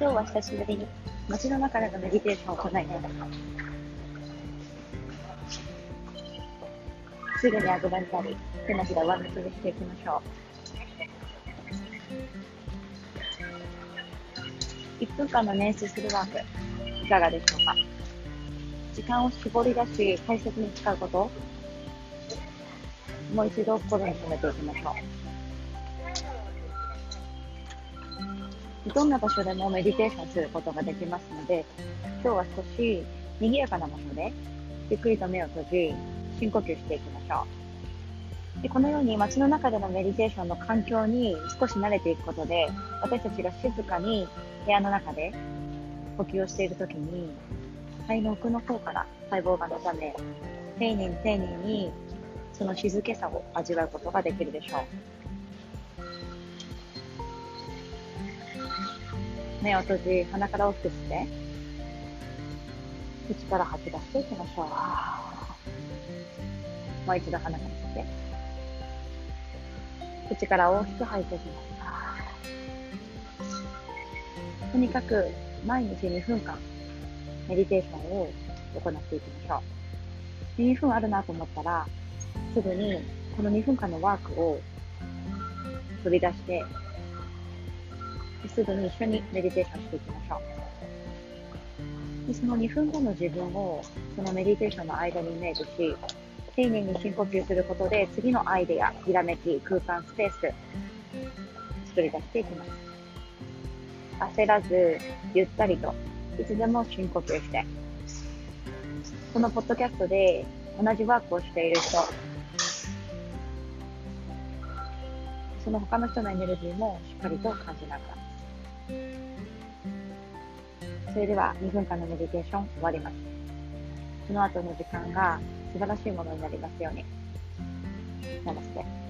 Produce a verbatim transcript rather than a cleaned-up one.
今日は久しぶりに街の中でのメディテーションを行います。すぐにあぐらになり、手のひらを上向きにしていきましょう。いっぷんかんの捻出するワーク、いかがでしょうか。時間を絞り出し、大切に使うことをもう一度心に留めていきましょう。どんな場所でもメディテーションすることができますので、今日は少し賑やかな場所でゆっくりと目を閉じ、深呼吸していきましょう。でこのように街の中でのメディテーションの環境に少し慣れていくことで、私たちが静かに部屋の中で呼吸をしているときに、肺の奥の方から細胞が目覚め、丁寧に丁寧にその静けさを味わうことができるでしょう。目を閉じ、鼻から大きく吸って、口から吐き出していきましょう。もう一度鼻から吸って、口から大きく吐いていきます。とにかく毎日にふんかんメディテーションを行っていきましょう。にふんあるなと思ったら、すぐにこのにふんかんのワークを取り出して、すぐに一緒にメディテーションしていきましょう。でそのにふんごの自分をそのメディテーションの間にイメージし、丁寧に深呼吸することで次のアイデア、ひらめき、空間、スペース作り出していきます。焦らずゆったりといつでも深呼吸して、このポッドキャストで同じワークをしている人、その他の人のエネルギーもしっかりと感じながら。それではにふんかんのメディテーション終わります。その後の時間が素晴らしいものになりますように。ナマステ。